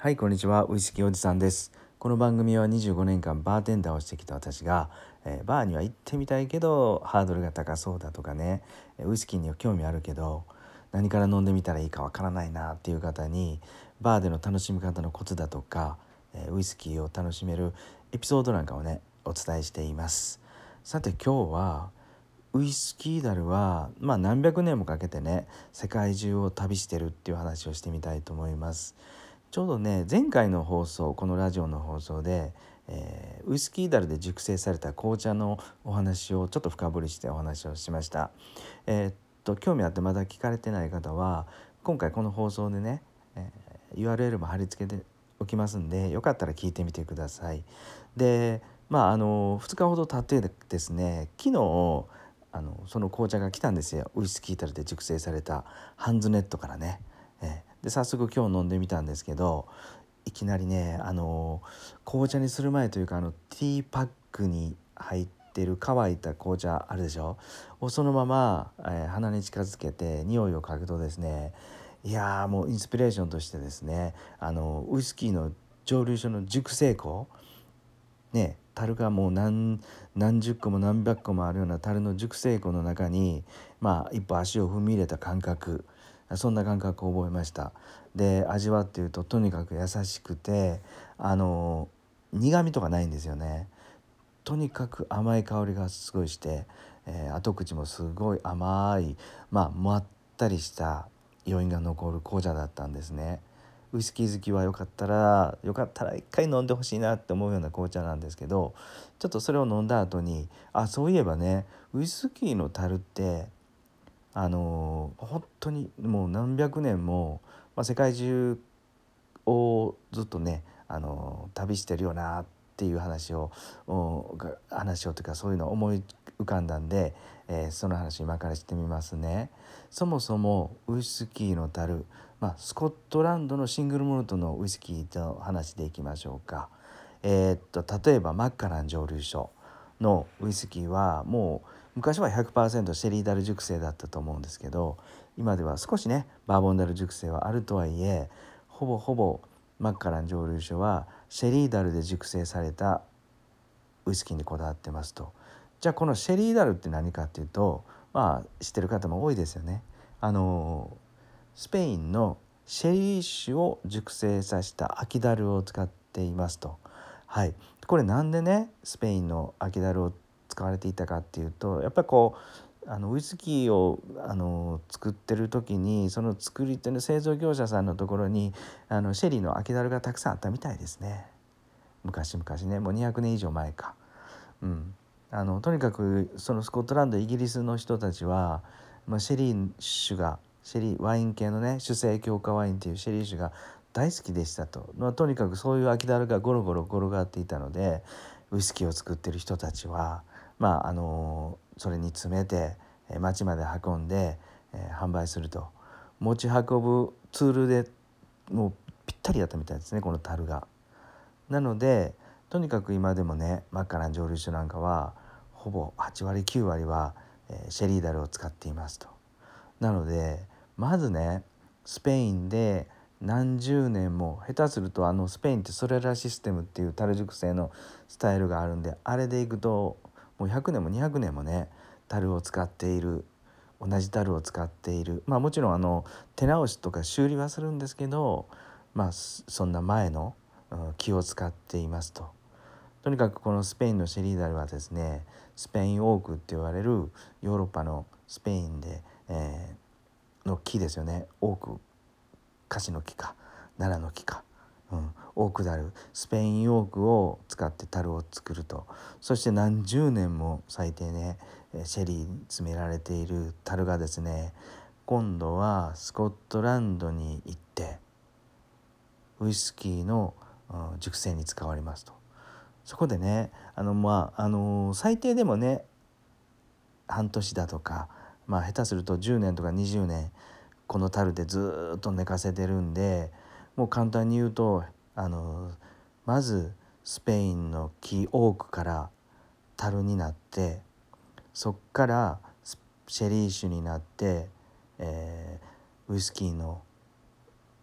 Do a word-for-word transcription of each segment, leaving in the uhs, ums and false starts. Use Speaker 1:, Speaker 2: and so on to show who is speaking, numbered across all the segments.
Speaker 1: はい、こんにちは。ウイスキーおじさんです。この番組はにじゅうごねんかんバーテンダーをしてきた私が、えーバーには行ってみたいけどハードルが高そうだとかね、ウイスキーには興味あるけど何から飲んでみたらいいかわからないなっていう方に、バーでの楽しみ方のコツだとか、えーウイスキーを楽しめるエピソードなんかをねお伝えしています。さて今日はウイスキーダルは、まあ、何百年もかけてね世界中を旅してるっていう話をしてみたいと思います。ちょうどね前回の放送、このラジオの放送で、えーウイスキーダルで熟成された紅茶のお話をちょっと深掘りしてお話をしました。えーっと興味あってまだ聞かれてない方は今回この放送でね、えー ユーアールエル も貼り付けておきますんで、よかったら聞いてみてください。でまああのふつかほど経ってですね、昨日あのその紅茶が来たんですよ。ウイスキーダルで熟成されたハンズネットからね。えーで早速今日飲んでみたんですけど、いきなりねあの紅茶にする前というか、あのティーパックに入ってる乾いた紅茶あるでしょ、をそのまま、えー鼻に近づけて匂いを嗅ぐとですね、いやーもうインスピレーションとしてですね、あのウイスキーの蒸留所の熟成庫ね、樽がもう何何十個も何百個もあるような樽の熟成庫の中に、まあ一歩足を踏み入れた感覚、そんな感覚を覚えました。で味はっていうととにかく優しくて、あの苦味とかないんですよね。とにかく甘い香りがすごいして、えー後口もすごい甘い、まあまったりした余韻が残る紅茶だったんですね。ウイスキー好きはよかったらよかったら一回飲んでほしいなって思うような紅茶なんですけど、ちょっとそれを飲んだ後に、あ、そういえばねウイスキーの樽ってあのー本当にもう何百年も、まあ、世界中をずっとね、あの旅してるよなっていう話をおが話をというかそういうのを思い浮かんだんで、えーその話今からしてみますね。そもそもウイスキーの樽、まあ、スコットランドのシングルモルトのウイスキーの話でいきましょうか。えーっと例えばマッカラン蒸留所のウイスキーはもう昔は ひゃくパーセント シェリーダル熟成だったと思うんですけど、今では少しねバーボンダル熟成はあるとはいえ、ほぼほぼマッカラン蒸留所はシェリーダルで熟成されたウイスキーにこだわってますと。じゃあこのシェリーダルって何かっていうと、まあ知ってる方も多いですよね。あのスペインのシェリー酒を熟成させた秋ダルを使っていますと。はい、これなんでねスペインの秋ダルを使われていたかっていうと、やっぱりこうあのウイスキーをあの作ってる時に、その作り手の製造業者さんのところにあのシェリーの秋ダルがたくさんあったみたいですね。昔々ね、もうにひゃくねん以上前か。うん、あのとにかくそのスコットランドイギリスの人たちは、まあ、シェリー酒がシェリーワイン系のね酒精強化ワインっていうシェリー酒が大好きでしたと、まあ、とにかくそういう秋だるがゴロゴロ転がっていたので、ウイスキーを作ってる人たちはまああのそれに詰めて町まで運んで、えー販売すると、持ち運ぶツールでもうぴったりだったみたいですね、この樽が。なのでとにかく今でもねマッカラン蒸留酒なんかはほぼはちわりきゅうわりは、えーシェリーダルを使っていますと。なのでまずねスペインで何十年も、下手するとあのスペインってソレラシステムっていう樽熟成のスタイルがあるんで、あれでいくともうひゃくねんもにひゃくねんもね樽を使っている、同じ樽を使っている、まあもちろんあの手直しとか修理はするんですけど、まあそんな前のうん気を使っていますと。とにかくこのスペインのシェリーダルはですね、スペインオークって言われるヨーロッパのスペインで、えーの木ですよね。オーク、カシの木か奈良の木か、うん、オークダル、スペインオークを使って樽を作ると。そして何十年も最低ねシェリーに詰められている樽がですね、今度はスコットランドに行ってウイスキーの、うん、熟成に使われますと。そこでねあのまああの最低でもね半年だとか、まあ下手するとじゅうねんとかにじゅうねんこの樽でずっと寝かせてるんで、もう簡単に言うとあのまずスペインの木オークから樽になって、そっからシェリー酒になって、えーウイスキーの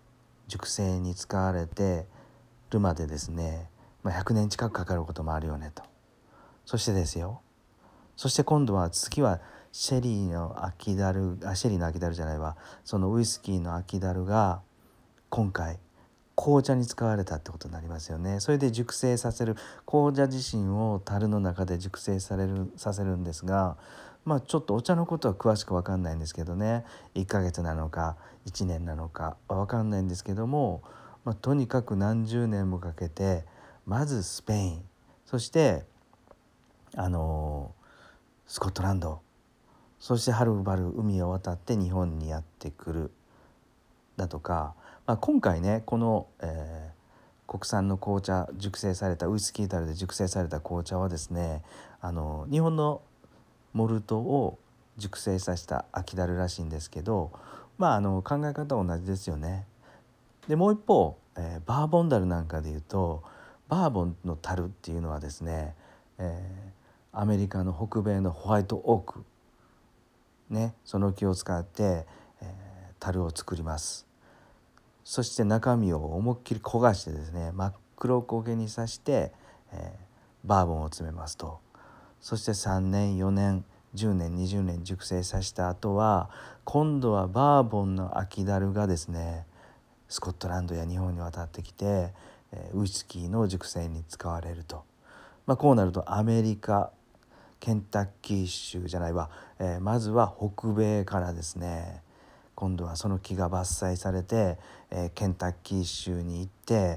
Speaker 1: 熟成に使われてるまでですね、まあ、ひゃくねん近くかかることもあるよねと。そしてですよ、そして今度は次はシェリーの空き樽あシェリーの空き樽じゃないわそのウイスキーの空き樽が今回紅茶に使われたってことになりますよね。それで熟成させる、紅茶自身を樽の中で熟成されるさせるんですが、まあちょっとお茶のことは詳しく分かんないんですけどね、いっかげつなのかいちねんなのかは分かんないんですけども、まあ、とにかく何十年もかけてまずスペイン、そしてあのスコットランド、そしてはるばる海を渡って日本にやってくるだとか、まあ、今回ねこの、えー国産の紅茶、熟成されたウイスキー樽で熟成された紅茶はですね、あの日本のモルトを熟成させた空き樽らしいんですけど、まああの考え方は同じですよね。でもう一方、えーバーボン樽なんかでいうと、バーボンの樽っていうのはですね、えーアメリカの北米のホワイトオークね、その木を使って、えー樽を作ります。そして中身を思いっきり焦がしてですね、真っ黒焦げにさして、えーバーボンを詰めますと。そしてさんねんよねんじゅうねんにじゅうねん熟成させた後は今度はバーボンの空き樽がですねスコットランドや日本に渡ってきて、えーウイスキーの熟成に使われると。まあ、こうなるとアメリカケンタッキー州じゃないわ、えーまずは北米からですね、今度はその木が伐採されて、えーケンタッキー州に行って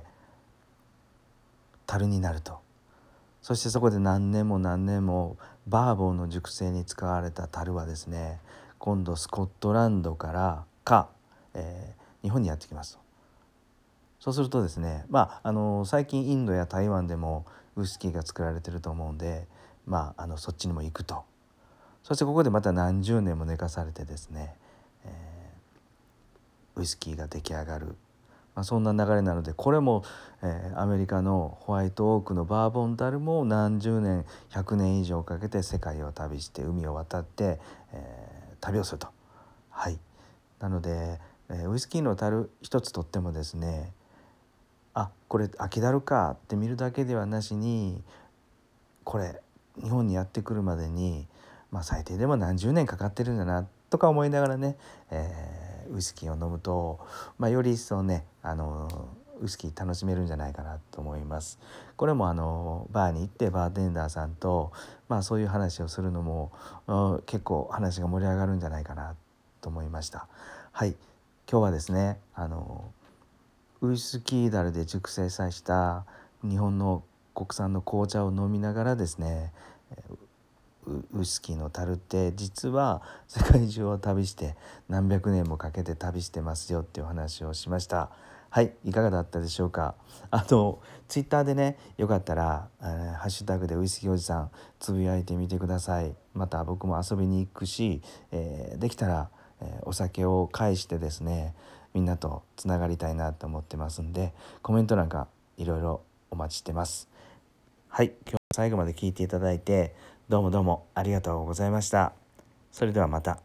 Speaker 1: 樽になると。そしてそこで何年も何年もバーボンの熟成に使われた樽はですね、今度スコットランドからか、えー日本にやってきますと。そうするとですね、まああの最近インドや台湾でもウイスキーが作られてると思うんで、まああのそっちにも行くと。そしてここでまた何十年も寝かされてですね、えーウイスキーが出来上がる、まあ、そんな流れなので、これも、えーアメリカのホワイトオークのバーボン樽も何十年ひゃくねん以上かけて世界を旅して海を渡って、えー旅をすると。はい、なので、えーウイスキーの樽一つとってもですね、あこれ空き樽かって見るだけではなしに、これ日本にやってくるまでに、まあ、最低でも何十年かかってるんだなとか思いながらね、えーウイスキーを飲むと、まあ、より一層ねあのウイスキー楽しめるんじゃないかなと思います。これもあのバーに行ってバーテンダーさんと、まあ、そういう話をするのも結構話が盛り上がるんじゃないかなと思いました。はい、今日はですねあのウイスキー樽で熟成させた日本の国産の紅茶を飲みながらですね、ウイスキーの樽って実は世界中を旅して何百年もかけて旅してますよっていう話をしました。はい、いかがだったでしょうか。あのツイッターでね、よかったら、えーハッシュタグでウイスキーおじさんつぶやいてみてください。また僕も遊びに行くし、えーできたら、えーお酒を介してですね、みんなとつながりたいなと思ってますんで、コメントなんかいろいろお待ちしてます。はい、今日最後まで聞いていただいてどうもどうもありがとうございました。それではまた。